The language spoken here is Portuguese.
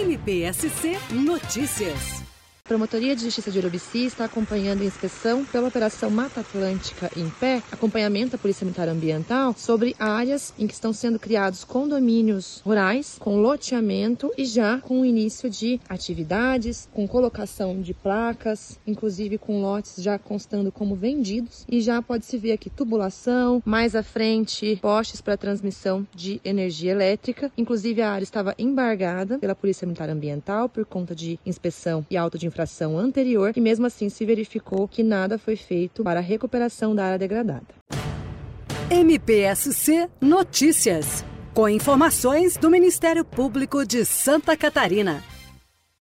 MPSC Notícias. A Promotoria de Justiça de Urubici está acompanhando a inspeção pela Operação Mata Atlântica em Pé, acompanhamento da Polícia Militar Ambiental, sobre áreas em que estão sendo criados condomínios rurais com loteamento e já com o início de atividades, com colocação de placas, inclusive com lotes já constando como vendidos, e já pode-se ver aqui tubulação, mais à frente postes para transmissão de energia elétrica. Inclusive a área estava embargada pela Polícia Militar Ambiental por conta de inspeção e auto de infração anterior, e mesmo assim se verificou que nada foi feito para a recuperação da área degradada. MPSC Notícias, com informações do Ministério Público de Santa Catarina.